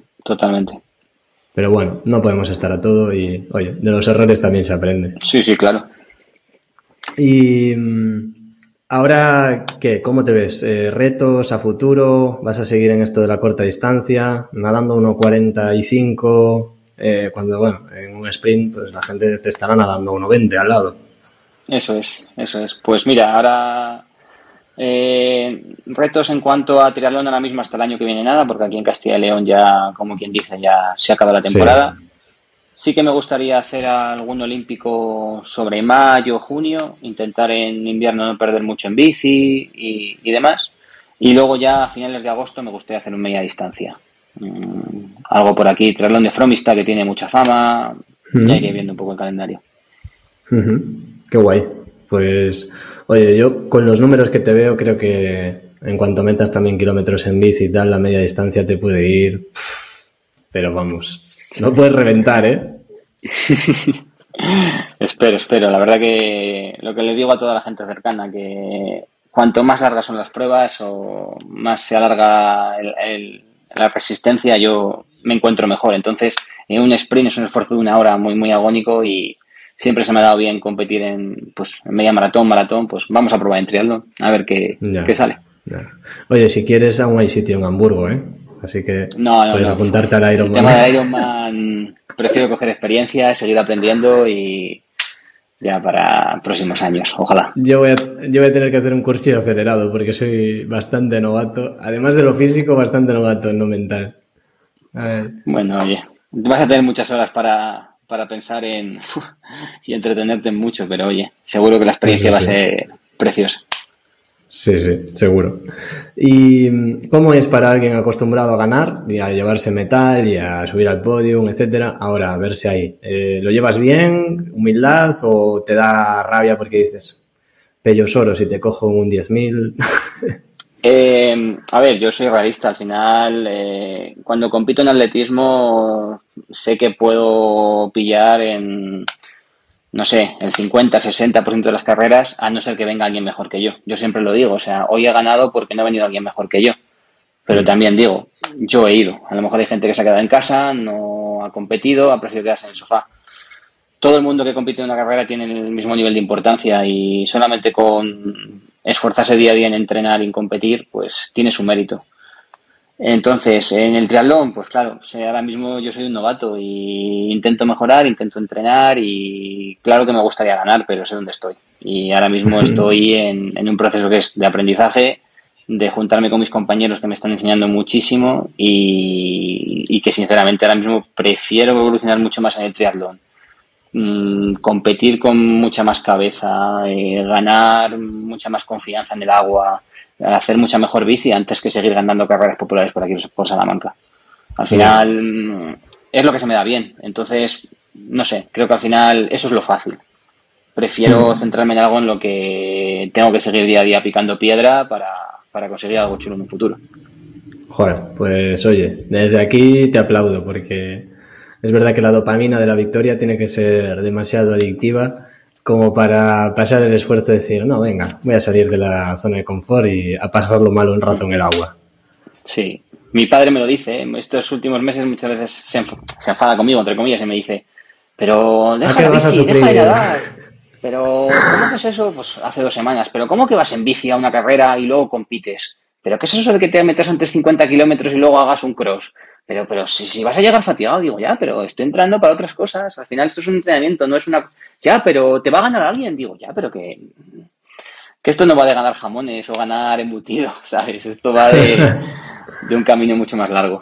Pero bueno, no podemos estar a todo y, oye, de los errores también se aprende. Sí, claro. Y ahora, ¿qué? ¿Cómo te ves? ¿Retos a futuro? ¿Vas a seguir en esto de la corta distancia? ¿Nadando 1,45? Cuando, bueno, en un sprint, pues la gente te estará nadando 1,20 al lado. Eso es. Pues mira, ahora Retos en cuanto a triatlón ahora mismo hasta el año que viene nada, porque aquí en Castilla y León ya, como quien dice, ya se acaba la Sí. temporada. Sí que me gustaría hacer algún olímpico sobre mayo, junio, intentar en invierno no perder mucho en bici y demás. Y luego ya a finales de agosto me gustaría hacer un media distancia. Algo por aquí, triatlón de Fromista, que tiene mucha fama. Ya iré Ujú. viendo un poco el calendario. Ujú. Qué guay. Pues, oye, yo con los números que te veo, creo que en cuanto metas también kilómetros en bici y tal, la media distancia te puede ir. Pero vamos, no puedes reventar, ¿eh? Espero. La verdad que lo que le digo a toda la gente cercana, que cuanto más largas son las pruebas o más se alarga la resistencia, yo me encuentro mejor. Entonces, en un sprint es un esfuerzo de una hora muy, muy agónico y siempre se me ha dado bien competir en media maratón, maratón. Pues vamos a probar en triatlón, a ver qué Ya, sale. ya. Oye, si quieres, aún hay sitio en Hamburgo, ¿eh? Así que puedes No. apuntarte al El Ironman. tema del Ironman, prefiero coger experiencia, seguir aprendiendo y ya para próximos años, ojalá. Yo voy a tener que hacer un cursillo acelerado porque soy bastante novato. Además de lo físico, bastante novato en lo mental. A ver. Bueno, oye, vas a tener muchas horas para pensar y entretenerte en mucho, pero oye, seguro que la Eso experiencia va a sí. ser preciosa. Sí, sí, seguro. ¿Y cómo es para alguien acostumbrado a ganar y a llevarse metal y a subir al podium, etcétera? Ahora, a verse ahí. ¿Lo llevas bien? ¿Humildad? ¿O te da rabia porque dices, pello soro si te cojo un 10.000? A ver, yo soy realista. Al final, cuando compito en atletismo, sé que puedo pillar no sé, el 50-60% de las carreras, a no ser que venga alguien mejor que yo. Yo siempre lo digo, o sea, hoy he ganado porque no ha venido alguien mejor que yo. Pero también digo, yo he ido. A lo mejor hay gente que se ha quedado en casa, no ha competido, ha preferido quedarse en el sofá. Todo el mundo que compite en una carrera tiene el mismo nivel de importancia y solamente con esforzarse día a día en entrenar y en competir, pues tiene su mérito. Entonces, en el triatlón, pues claro, ahora mismo yo soy un novato y intento mejorar, intento entrenar y claro que me gustaría ganar, pero sé dónde estoy. Y ahora mismo estoy en un proceso que es de aprendizaje, de juntarme con mis compañeros que me están enseñando muchísimo y que sinceramente ahora mismo prefiero evolucionar mucho más en el triatlón. Competir con mucha más cabeza, ganar mucha más confianza en el agua, hacer mucha mejor bici antes que seguir ganando carreras populares por aquí por Salamanca. Al Ya. final es lo que se me da bien. Entonces, no sé, creo que al final eso es lo fácil. Prefiero centrarme en algo en lo que tengo que seguir día a día picando piedra para conseguir algo chulo en un futuro. Joder, pues oye, desde aquí te aplaudo porque es verdad que la dopamina de la victoria tiene que ser demasiado adictiva como para pasar el esfuerzo de decir, no, venga, voy a salir de la zona de confort y a pasarlo malo un rato en el agua. Sí, mi padre me lo dice, ¿eh? Estos últimos meses muchas veces se enfada conmigo, entre comillas, y me dice, pero ¿A deja qué la vas a bici, deja de sufrir? nadar. Pero, ¿cómo que es eso? Pues hace 2 semanas. Pero, ¿cómo que vas en bici a una carrera y luego compites? ¿Pero qué es eso de que te metas antes 50 kilómetros y luego hagas un cross? Pero si vas a llegar fatigado, digo, ya, pero estoy entrenando para otras cosas. Al final esto es un entrenamiento, no es una... Ya, pero ¿te va a ganar alguien? Digo, ya, pero que esto no va de ganar jamones o ganar embutido, ¿sabes? Esto va de un camino mucho más largo.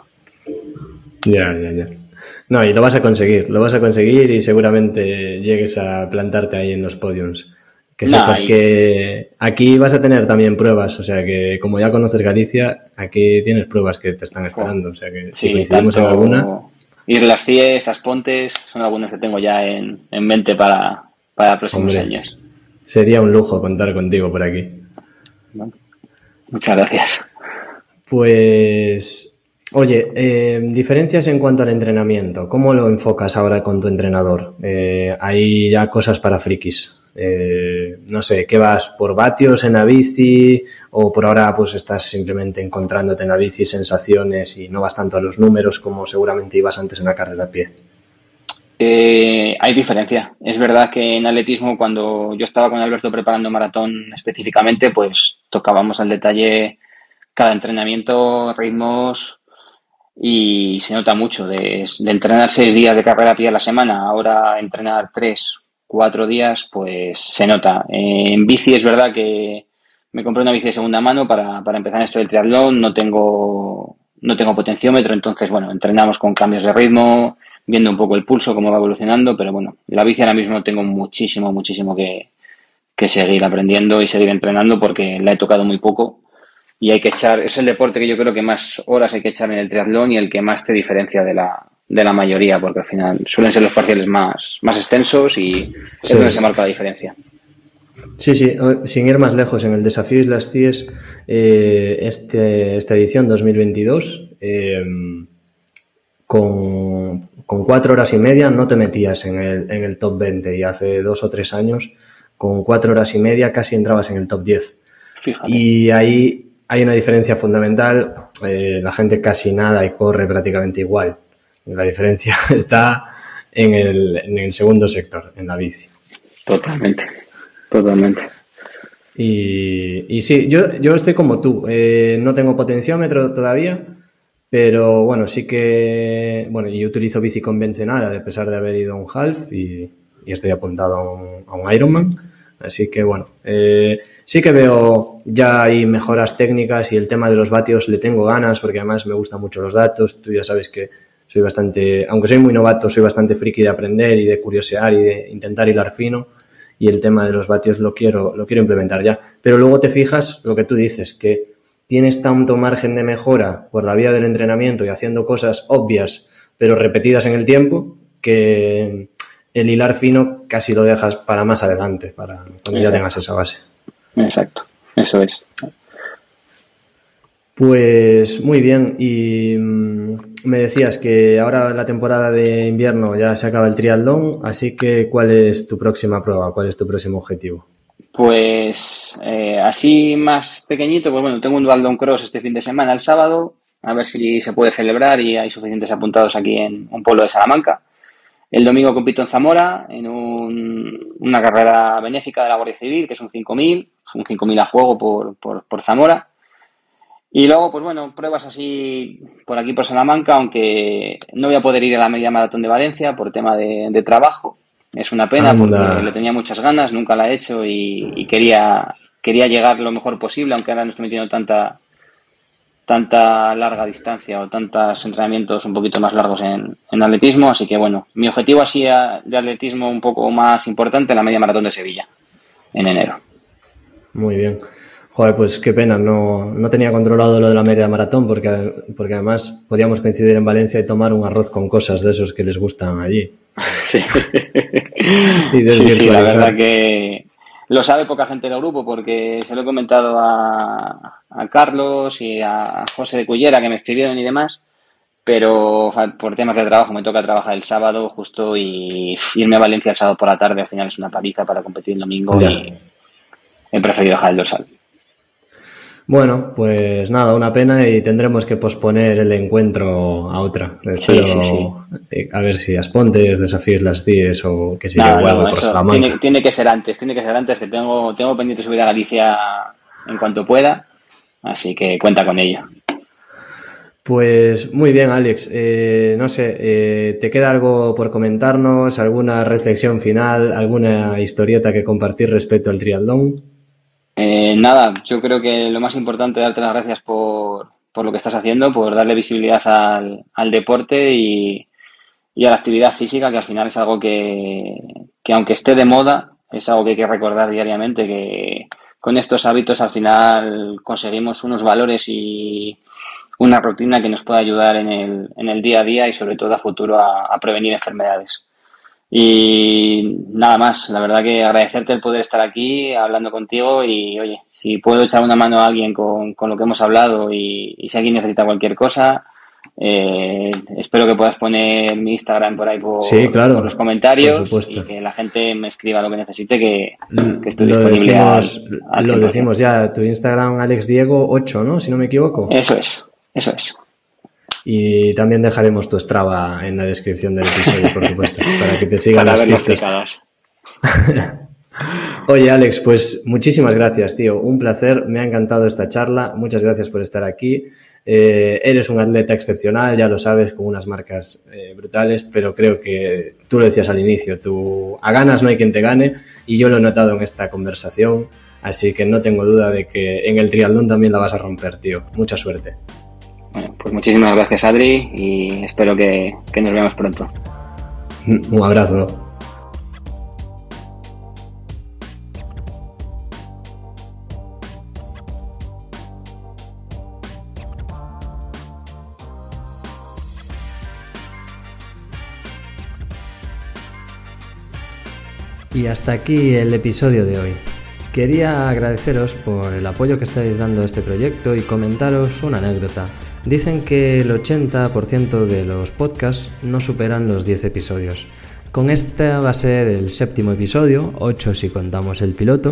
Ya. No, y lo vas a conseguir y seguramente llegues a plantarte ahí en los podiums. Que Nah, sepas que aquí vas a tener también pruebas, o sea que como ya conoces Galicia, aquí tienes pruebas que te están jo, esperando, o sea que si sí, coincidimos en alguna, tanto Islas Cíes, Aspontes, son algunas que tengo ya en mente para próximos hombre, años. sería un lujo contar contigo por aquí. ¿No? Muchas gracias. Pues, oye, diferencias en cuanto al entrenamiento. ¿Cómo lo enfocas ahora con tu entrenador? Hay ya cosas para frikis. No sé, ¿qué vas por vatios en la bici? ¿O por ahora pues estás simplemente encontrándote en la bici sensaciones y no vas tanto a los números como seguramente ibas antes en la carrera a pie? Hay diferencia. Es verdad que en atletismo, cuando yo estaba con Alberto preparando maratón específicamente, pues tocábamos al detalle cada entrenamiento, ritmos y se nota mucho de entrenar 6 días de carrera a pie a la semana, ahora entrenar 3, 4 días, pues se nota. En bici es verdad que me compré una bici de segunda mano para empezar esto del triatlón. No tengo potenciómetro, entonces, bueno, entrenamos con cambios de ritmo, viendo un poco el pulso, cómo va evolucionando, pero bueno, la bici ahora mismo tengo muchísimo que seguir aprendiendo y seguir entrenando porque la he tocado muy poco y hay que echar, es el deporte que yo creo que más horas hay que echar en el triatlón y el que más te diferencia de la mayoría, porque al final suelen ser los parciales más extensos y es donde se marca la diferencia. Sí, sin ir más lejos, en el Desafío Islas Cíes, esta edición 2022, con 4 horas y media no te metías en el top 20 y hace 2 o 3 años con 4 horas y media casi entrabas en el top 10. Fíjate. Y ahí hay una diferencia fundamental, la gente casi nada y corre prácticamente igual. La diferencia está en el segundo sector, en la bici. Totalmente. Y sí, yo estoy como tú, no tengo potenciómetro todavía, pero bueno, sí que, bueno, yo utilizo bici convencional a pesar de haber ido a un half y estoy apuntado a un Ironman, así que bueno, sí que veo ya hay mejoras técnicas y el tema de los vatios le tengo ganas porque además me gustan mucho los datos. Tú ya sabes que soy bastante, aunque soy muy novato, soy bastante friki de aprender y de curiosear y de intentar hilar fino. Y el tema de los vatios lo quiero implementar ya. Pero luego te fijas lo que tú dices, que tienes tanto margen de mejora por la vía del entrenamiento y haciendo cosas obvias, pero repetidas en el tiempo, que el hilar fino casi lo dejas para más adelante, para cuando ya tengas esa base. Exacto, eso es. Pues muy bien, y me decías que ahora la temporada de invierno ya se acaba el triatlón, así que ¿cuál es tu próxima prueba? ¿Cuál es tu próximo objetivo? Pues así más pequeñito, pues bueno, tengo un dualdón cross este fin de semana, el sábado, a ver si se puede celebrar y hay suficientes apuntados aquí en un pueblo de Salamanca. El domingo compito en Zamora en una carrera benéfica de la Guardia Civil, que es un 5.000 a fuego por Zamora. Y luego, pues bueno, pruebas así por aquí por Salamanca, aunque no voy a poder ir a la media maratón de Valencia por tema de trabajo. Es una pena porque le tenía muchas ganas, nunca la he hecho y quería llegar lo mejor posible, aunque ahora no estoy metiendo tanta larga distancia o tantos entrenamientos un poquito más largos en atletismo. Así que bueno, mi objetivo así de atletismo un poco más importante, la media maratón de Sevilla, en enero. Muy bien. Joder, pues qué pena, no tenía controlado lo de la media maratón porque además podíamos coincidir en Valencia y tomar un arroz con cosas de esos que les gustan allí. Sí, sí, la verdad que lo sabe poca gente del grupo porque se lo he comentado a Carlos y a José de Cullera que me escribieron y demás, pero por temas de trabajo me toca trabajar el sábado justo y irme a Valencia el sábado por la tarde al final es una paliza para competir el domingo y he preferido dejar el dorsal. Bueno, pues nada, una pena y tendremos que posponer el encuentro a otra. Espero, a ver si Aspontes, Desafío Islas Cíes o que si yo vuelvo por Salamanca. Tiene que ser antes, que tengo pendiente subir a Galicia en cuanto pueda, así que cuenta con ello. Pues muy bien, Alex. No sé, ¿te queda algo por comentarnos? ¿Alguna reflexión final? ¿Alguna historieta que compartir respecto al triatlón? Nada, yo creo que lo más importante es darte las gracias por lo que estás haciendo, por darle visibilidad al deporte y a la actividad física, que al final es algo que aunque esté de moda, es algo que hay que recordar diariamente, que con estos hábitos al final conseguimos unos valores y una rutina que nos pueda ayudar en el día a día y sobre todo a futuro a prevenir enfermedades. Y nada más, la verdad que agradecerte el poder estar aquí hablando contigo y oye, si puedo echar una mano a alguien con lo que hemos hablado y si alguien necesita cualquier cosa, espero que puedas poner mi Instagram por ahí por los comentarios y que la gente me escriba lo que necesite, que estoy disponible. Lo decimos ya, tu Instagram AlexDiego8, ¿no? Si no me equivoco. Eso es. Y también dejaremos tu Strava en la descripción del episodio, por supuesto, para que te sigan las pistas. Oye, Alex, pues muchísimas gracias, tío. Un placer, me ha encantado esta charla. Muchas gracias por estar aquí. Eres un atleta excepcional, ya lo sabes, con unas marcas brutales, pero creo que tú lo decías al inicio, a ganas no hay quien te gane y yo lo he notado en esta conversación. Así que no tengo duda de que en el triatlón también la vas a romper, tío. Mucha suerte. Bueno, pues muchísimas gracias, Adri, y espero que nos veamos pronto. Un abrazo. Y hasta aquí el episodio de hoy. Quería agradeceros por el apoyo que estáis dando a este proyecto y comentaros una anécdota. Dicen que el 80% de los podcasts no superan los 10 episodios. Con este va a ser el 7º episodio, 8 si contamos el piloto,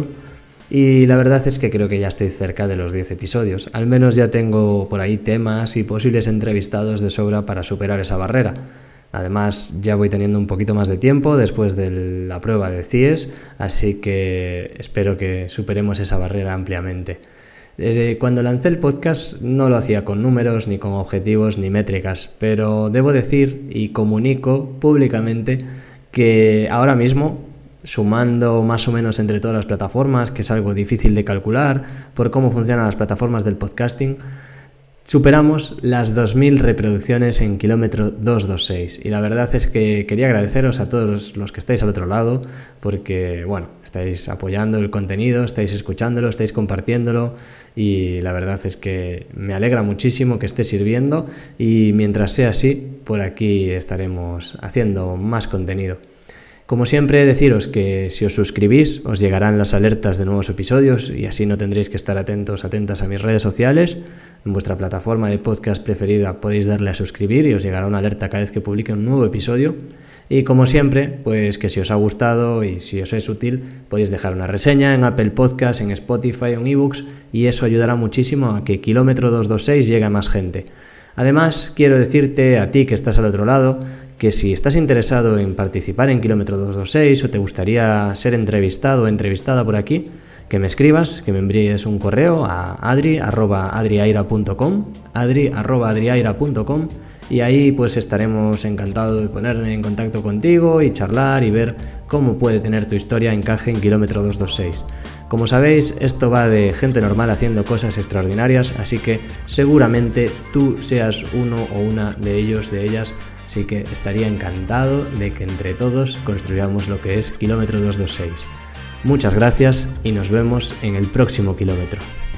y la verdad es que creo que ya estoy cerca de los 10 episodios. Al menos ya tengo por ahí temas y posibles entrevistados de sobra para superar esa barrera. Además, ya voy teniendo un poquito más de tiempo después de la prueba de CIES, así que espero que superemos esa barrera ampliamente. Cuando lancé el podcast no lo hacía con números, ni con objetivos, ni métricas, pero debo decir y comunico públicamente que ahora mismo, sumando más o menos entre todas las plataformas, que es algo difícil de calcular por cómo funcionan las plataformas del podcasting, superamos las 2000 reproducciones en kilómetro 226 y la verdad es que quería agradeceros a todos los que estáis al otro lado porque, bueno, estáis apoyando el contenido, estáis escuchándolo, estáis compartiéndolo y la verdad es que me alegra muchísimo que esté sirviendo y mientras sea así, por aquí estaremos haciendo más contenido. Como siempre, deciros que si os suscribís os llegarán las alertas de nuevos episodios y así no tendréis que estar atentas a mis redes sociales. En vuestra plataforma de podcast preferida podéis darle a suscribir y os llegará una alerta cada vez que publique un nuevo episodio. Y como siempre, pues que si os ha gustado y si os es útil, podéis dejar una reseña en Apple Podcasts, en Spotify o en eBooks y eso ayudará muchísimo a que Kilómetro 226 llegue a más gente. Además, quiero decirte a ti que estás al otro lado que si estás interesado en participar en Kilómetro 226 o te gustaría ser entrevistado o entrevistada por aquí, que me escribas, que me envíes un correo a adri@adriaira.com y ahí pues estaremos encantados de ponerme en contacto contigo y charlar y ver cómo puede tener tu historia encaje en Kilómetro 226. Como sabéis, esto va de gente normal haciendo cosas extraordinarias, así que seguramente tú seas uno o una de ellos, de ellas, así que estaría encantado de que entre todos construyamos lo que es Kilómetro 226. Muchas gracias y nos vemos en el próximo kilómetro.